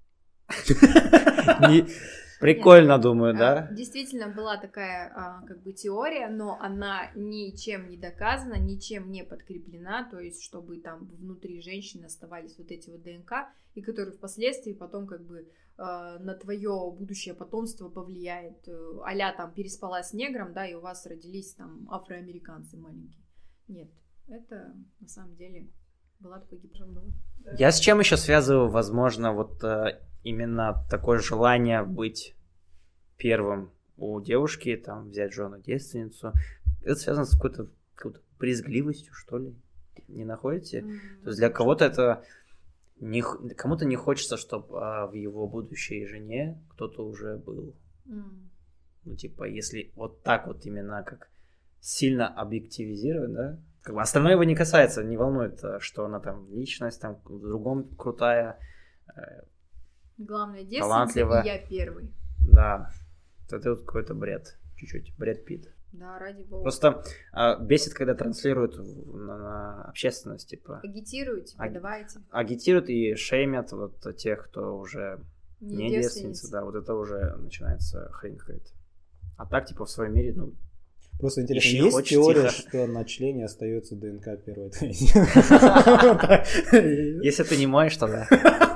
не- прикольно, думаю, А, да? Действительно была такая а, как бы теория, но она ничем не доказана, ничем не подкреплена, то есть чтобы там внутри женщины оставались вот эти вот ДНК, и которые впоследствии потом как бы а, на твое будущее потомство повлияет. Э, А-ля там переспала с негром, да, и у вас родились там афроамериканцы маленькие. Нет, это на самом деле была такой гипотеза. Я с чем еще связываю, возможно, вот э, именно такое желание быть первым у девушки, там, взять жену девственницу. Это связано с какой-то, какой-то брезгливостью, что ли? Не находите? Mm. То есть для кого-то это... Не, х- кому-то не хочется, чтобы а, в его будущей жене кто-то уже был. Mm. Ну, типа, если вот так вот именно как сильно объективизировать, да? Как бы остальное его не касается, не волнует, а, что она там личность, там в другом крутая, э, Главное, девственница, Талантливо. и я первый. да. Это вот какой-то бред, чуть-чуть, бред Питт. Да, ради бога. Просто а, бесит, когда транслируют в- на, на общественность, типа, Агитируют, типа, Аг- давайте. агитируют и шеймят вот тех, кто уже Не, не девственница, да, вот это уже начинается хрень какая-то. А так, типа, в своем мире, ну, Просто интересно, Ищи, есть хочешь, теория, тихо. что на члене остается ДНК первой твоей? если ты не моешь, то да.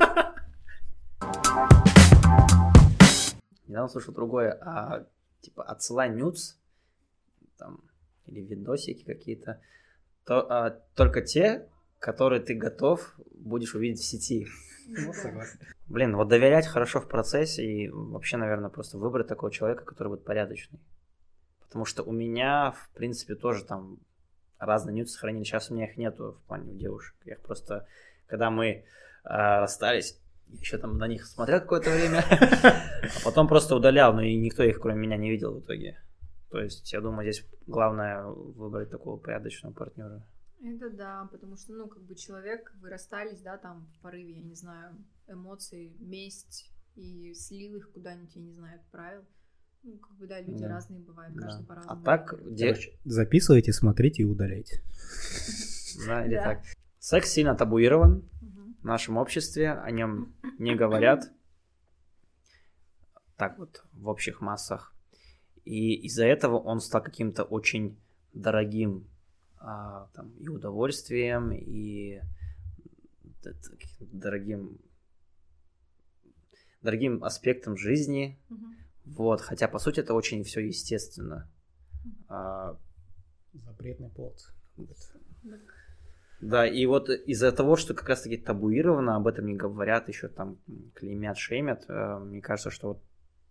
Недавно слышал другое, а, типа, отсылай нюдс, там, или видосики какие-то, то а, только те, которые ты готов будешь увидеть в сети. Ну, согласен. Блин, вот доверять хорошо в процессе и вообще, наверное, просто выбрать такого человека, который будет порядочный. Потому что у меня, в принципе, тоже там разные нюцы сохранили. Сейчас у меня их нету в плане у девушек. Я их просто, когда мы э, расстались, я еще там на них смотрел какое-то время, а потом просто удалял, но и никто их, кроме меня, не видел в итоге. То есть, я думаю, здесь главное выбрать такого порядочного партнера. Это да, потому что, ну, как бы человек, вы расстались, да, там, в порыве, я не знаю, эмоций, месть, и слил их куда-нибудь, я не знаю, отправил. Ну, как бы, да, люди Да. разные бывают, Да. каждый по-разному. А так, де- Короче, записывайте, смотрите и удаляйте. да, или Да. так. Секс сильно табуирован Мгм. в нашем обществе, о нем не говорят. Так вот, в общих массах. И из-за этого он стал каким-то очень дорогим а, там, и удовольствием, и д- д- дорогим, дорогим аспектом жизни. Мгм. Вот, хотя, по сути, это очень все естественно. А, Запретный плод. Да, и вот из-за того, что как раз-таки табуировано, об этом не говорят, еще там клеймят, шеймят, мне кажется, что вот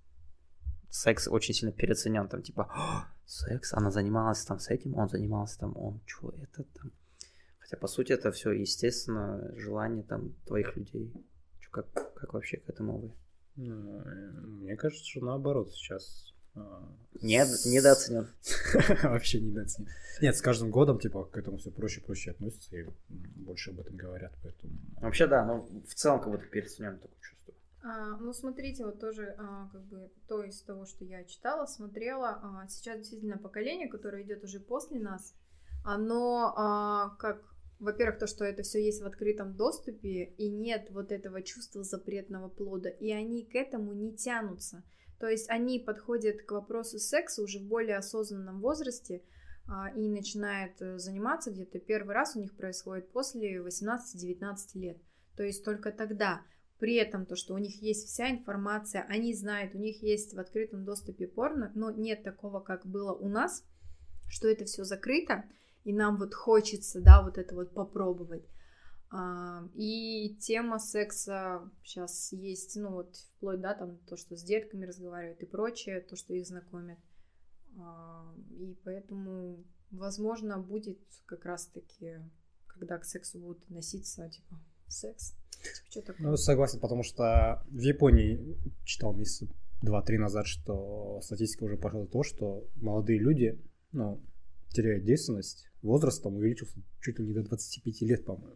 секс очень сильно переоценен. Там типа, секс, она занималась там с этим, он занимался там, он, что это там. Хотя, по сути, это все естественно, желание там твоих людей. Чё, как, как вообще к этому вы? Ну, мне кажется, что наоборот сейчас... Нет, недооценен. Вообще недооценен. Нет, с каждым годом типа к этому все проще и проще относятся и больше об этом говорят, поэтому... Вообще, да, но в целом как будто переоценен такое чувство. А, ну, смотрите, вот тоже а, как бы то из того, что я читала, смотрела, а, сейчас действительно поколение, которое идет уже после нас, оно а, как... Во-первых, то, что это все есть в открытом доступе, и нет вот этого чувства запретного плода, и они к этому не тянутся. То есть они подходят к вопросу секса уже в более осознанном возрасте а, и начинают заниматься где-то первый раз у них происходит после восемнадцати-девятнадцати лет. То есть только тогда. При этом то, что у них есть вся информация, они знают, у них есть в открытом доступе порно, но нет такого, как было у нас, что это все закрыто. И нам вот хочется, да, вот это вот попробовать. А, и тема секса сейчас есть, ну вот вплоть, да, там то, что с детками разговаривают и прочее, то, что их знакомят. А, и поэтому, возможно, будет как раз-таки, когда к сексу будут относиться, типа, секс. Типа, что такое? Ну, согласен, потому что в Японии читал месяца два-три назад, что статистика уже пошла на то, что молодые люди, ну, теряют девственность, возраст там увеличился чуть ли не до двадцати пяти лет, по-моему.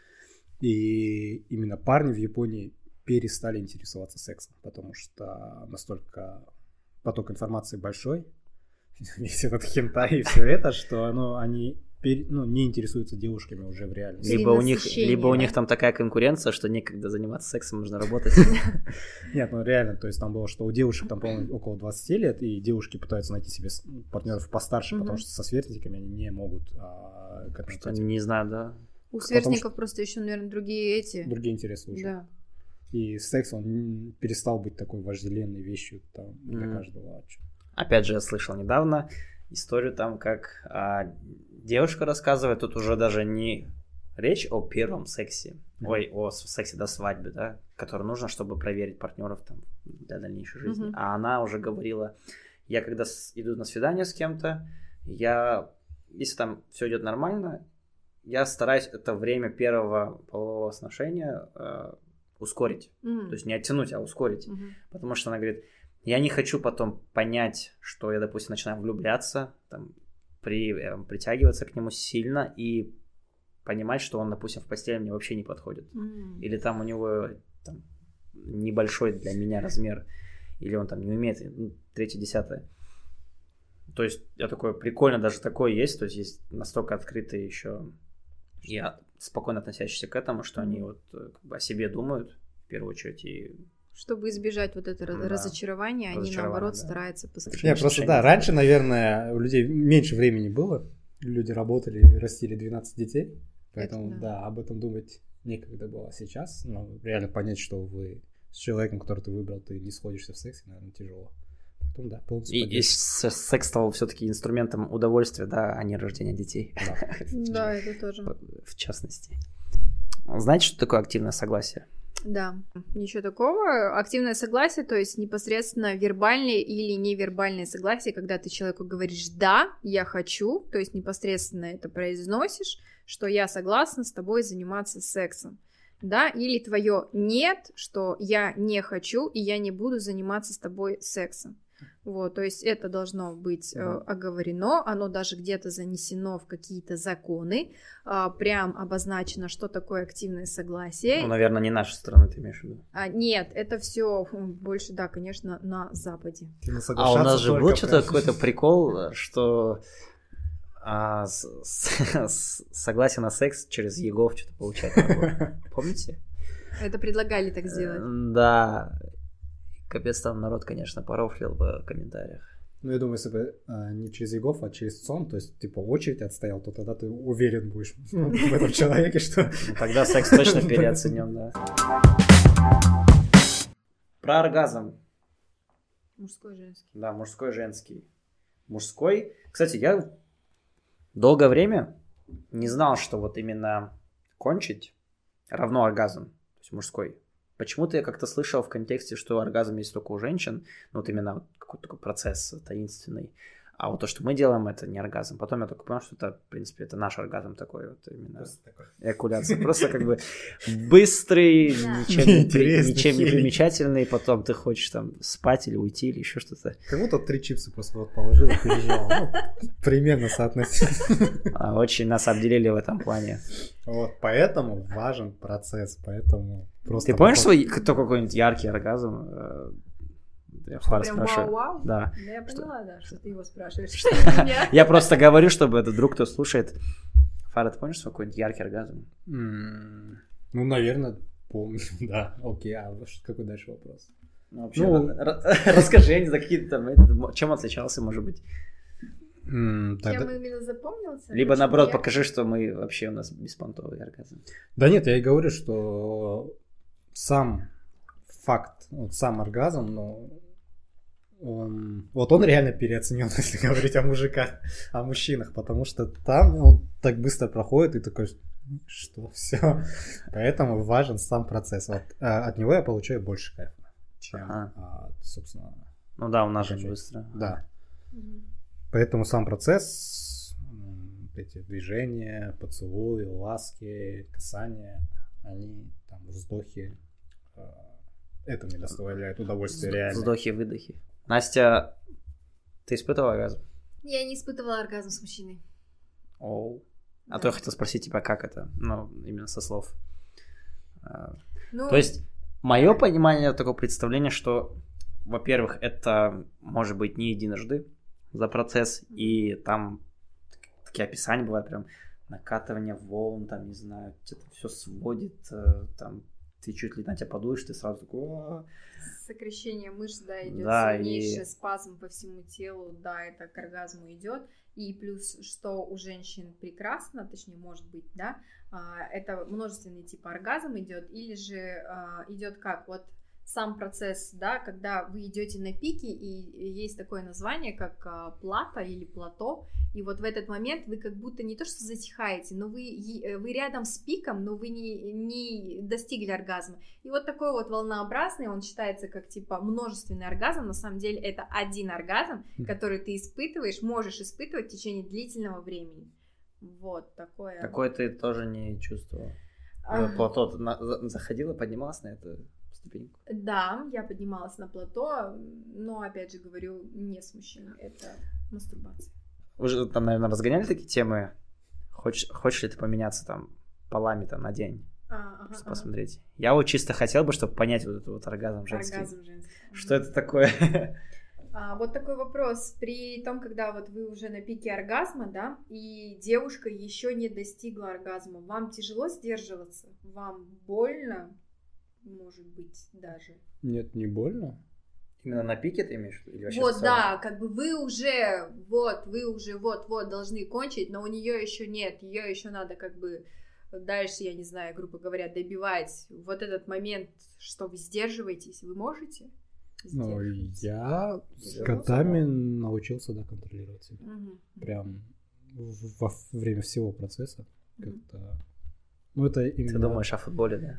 И именно парни в Японии перестали интересоваться сексом, потому что настолько поток информации большой, весь этот хентай и все это, что ну, они пер... ну, не интересуются девушками уже в реальности. Либо у них, либо у них там такая конкуренция, что некогда заниматься сексом, нужно работать. Нет, ну реально, то есть там было, что у девушек там, по-моему, около двадцати лет, и девушки пытаются найти себе партнеров постарше, потому что со сверстниками они не могут. Что не знаю, да. У сверстников просто еще, наверное, другие эти. Другие интересы уже. Да. И секс, он перестал быть такой вожделенной вещью там для mm. каждого. Опять же, я слышал недавно историю там, как а, девушка рассказывает, тут уже даже не речь о первом сексе, mm. ой, о сексе до свадьбы, да, который нужно, чтобы проверить партнеров там для дальнейшей жизни. Mm-hmm. А она уже говорила, я когда иду на свидание с кем-то, я, если там все идет нормально, я стараюсь это время первого полового сношения э, ускорить. Mm-hmm. То есть не оттянуть, а ускорить. Mm-hmm. Потому что она говорит, я не хочу потом понять, что я, допустим, начинаю влюбляться, там, при, э, притягиваться к нему сильно и понимать, что он, допустим, в постели мне вообще не подходит. Mm-hmm. Или там у него там, небольшой для меня размер, или он там не умеет, ну, третье, десятое. То есть я такой, прикольно, даже такое есть, то есть есть настолько открытые еще... Я спокойно относящийся к этому, что они вот как бы о себе думают в первую очередь и... Чтобы избежать вот это да. разочарования, они наоборот да. стараются поскорее. Нет, просто да, раньше, наверное, у людей меньше времени было, люди работали, растили двенадцать детей, поэтому это, да. да, об этом думать некогда было. Сейчас, ну, реально понять, что вы с человеком, который ты выбрал, ты не сходишься в сексе, наверное, тяжело. Поэтому, да, полностью и, и секс стал все-таки инструментом удовольствия, да, а не рождения детей. Да, это тоже. В частности. Знаете, что такое активное согласие? Да, ничего такого. Активное согласие, то есть непосредственно вербальное или невербальное согласие, когда ты человеку говоришь «да, я хочу», то есть непосредственно это произносишь, что я согласна с тобой заниматься сексом. Да, или твое «нет», что я не хочу и я не буду заниматься с тобой сексом. Вот, то есть это должно быть э, оговорено, оно даже где-то занесено в какие-то законы, э, прям обозначено, что такое активное согласие. Ну, наверное, не нашей страны ты имеешь в виду. А, нет, это все больше, да, конечно, на Западе. А у нас же был что-то какой-то прикол, что а, с, с, согласие на секс через ЕГОВ что-то получать надо. Помните? Это предлагали так сделать. Да. Капец, там народ, конечно, порофлил в комментариях. Ну, я думаю, если бы а, не через ЕГОВ, а через ЦОН, то есть, типа, очередь отстоял, то тогда ты уверен будешь в этом человеке, что... Тогда секс точно переоценен, да. Про оргазм. Мужской, женский. Да, мужской, женский. Мужской. Кстати, я долгое время не знал, что вот именно кончить равно оргазм, то есть мужской. Почему-то я как-то слышал в контексте, что оргазм есть только у женщин, ну вот именно вот какой-то такой процесс таинственный. А вот то, что мы делаем, это не оргазм. Потом я только понял, что это, в принципе, это наш оргазм такой вот именно. Эякуляция. Просто как бы быстрый, ничем не примечательный. Потом ты хочешь там спать или уйти, или еще что-то. Как будто три чипса просто вот положил и пережал. Примерно соотносительно. Очень нас обделили в этом плане. Вот, поэтому важен процесс, поэтому просто... Ты помнишь свой какой-нибудь яркий оргазм? Я Фара спрашиваю. Вау-вау? Да. Да я поняла, да, что ты его спрашиваешь. Я просто говорю, чтобы этот друг, кто слушает. Фара, ты помнишь свой какой-нибудь яркий оргазм? Ну, наверное, помню, да. Окей, а какой дальше вопрос? Ну, вообще, расскажи, я не знаю, какие-то там, чем отличался, может быть. Чем именно запомнился? Либо, наоборот, покажи, что мы вообще у нас беспонтовый оргазм. Да нет, я и говорю, что сам факт, вот сам оргазм, но он, вот он реально переоценен, если говорить о мужиках, о мужчинах, потому что там он так быстро проходит, и такой, что все. Поэтому важен сам процесс. Вот, а от него я получаю больше кайфа, чем, ага. а, собственно... Ну да, у нас же быстро. Да. Угу. Поэтому сам процесс, эти движения, поцелуи, ласки, касания, они там, вздохи, это мне доставляет удовольствие реально. Вздохи, выдохи. Настя, ты испытывала оргазм? Я не испытывала оргазм с мужчиной. Оу. А да. То я хотел спросить тебя, как это? Ну, именно со слов. Ну, то есть, мое понимание такого представления, что, во-первых, это может быть не единожды за процесс, mm-hmm. и там такие описания бывают, прям накатывание волн, там, не знаю, это все сводит, там, ты чуть ли на тебя подуешь, ты сразу такой... А-а-а. Сокращение мышц, да, идет да, сильнейший и... спазм по всему телу, да, это к оргазму идет. И плюс, что у женщин прекрасно, точнее, может быть, да, это множественный тип оргазм идет, или же идет как, вот сам процесс, да, когда вы идете на пике, и есть такое название, как плата или плато, и вот в этот момент вы как будто не то что затихаете, но вы, вы рядом с пиком, но вы не, не достигли оргазма. И вот такой вот волнообразный, он считается как типа множественный оргазм, на самом деле это один оргазм, который ты испытываешь, можешь испытывать в течение длительного времени. Вот такое. Такое ты тоже не чувствовала? А... Плато, ты заходила, поднималась на это? Ступеньку. Да, я поднималась на плато, но, опять же говорю, не с мужчиной, это мастурбация. Вы же там, наверное, разгоняли такие темы? Хочешь, хочешь ли ты поменяться там полами там на день? А, ага, чтобы посмотреть. Ага. Я вот чисто хотел бы, чтобы понять вот этот вот оргазм женский. Оргазм женский. Что это такое? А, вот такой вопрос. При том, когда вот вы уже на пике оргазма, да, и девушка еще не достигла оргазма, вам тяжело сдерживаться? Вам больно? Может быть, даже. Нет, не больно. Именно на пике ты имеешь? Или вообще вот, да, как бы вы уже, вот, вы уже вот-вот должны кончить, но у нее еще нет, ее еще надо как бы дальше, я не знаю, грубо говоря, добивать. Вот этот момент, что вы сдерживаетесь, вы можете? Ну, я с годами научился, да, контролировать себя. Угу. Прям во время всего процесса как-то... Ну, это именно... Ты думаешь о футболе, да?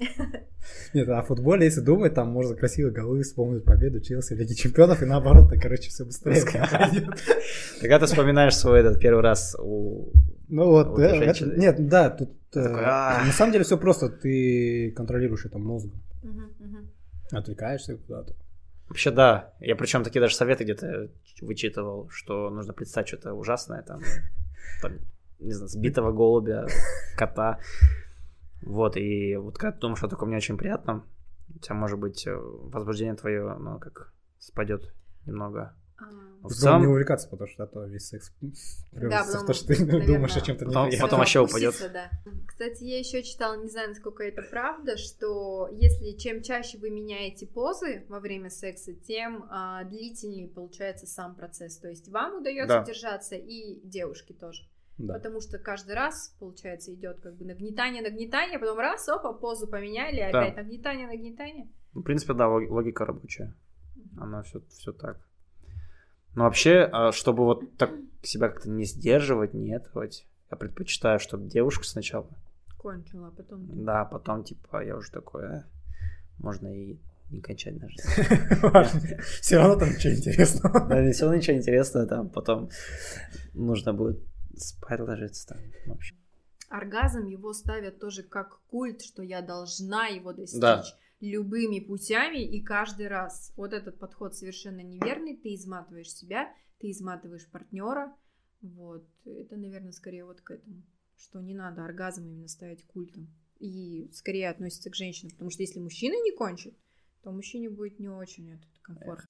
Нет, о футболе, если думать, там можно красивые голы вспомнить победу Челси в Лиге Чемпионов, и наоборот, так, короче, все быстрее. Когда ты вспоминаешь свой этот первый раз у... Ну вот, нет, да, тут на самом деле все просто, ты контролируешь это мозгом, отвлекаешься куда-то. Вообще, да, я причем такие даже советы где-то вычитывал, что нужно представить что-то ужасное, там, не знаю, сбитого голубя, кота. Вот, и вот когда ты думаешь, что такое мне очень приятно, у тебя, может быть, возбуждение твое, ну, как спадет немного. А, в целом... не увлекаться, потому что а то весь секс превратится да, в то, что ты наверное, думаешь о чем-то неприятном. Потом вообще упадет. Да. Кстати, я еще читала, не знаю, насколько это правда, что если чем чаще вы меняете позы во время секса, тем а, длительнее получается сам процесс. То есть вам удается да. держаться, и девушке тоже. Да. Потому что каждый раз, получается, идет как бы нагнетание, нагнетание, потом раз, опа, позу поменяли, да. опять нагнетание, нагнетание. В принципе, да, логика рабочая. Она все, все так. Но вообще, чтобы вот так себя как-то не сдерживать, не этого, я предпочитаю, чтобы девушка сначала кончила, а потом... Да, потом, типа, я уже такой, а, можно и не кончать даже. Все равно там ничего интересного. Да, все равно ничего интересного, там потом нужно будет спать ложиться там вообще. Оргазм его ставят тоже как культ, что я должна его достичь да. любыми путями и каждый раз. Вот этот подход совершенно неверный, ты изматываешь себя, ты изматываешь партнера. Вот, это, наверное, скорее вот к этому, что не надо оргазм именно ставить культом. И скорее относится к женщинам, потому что если мужчина не кончит, то мужчине будет не очень этот комфортно.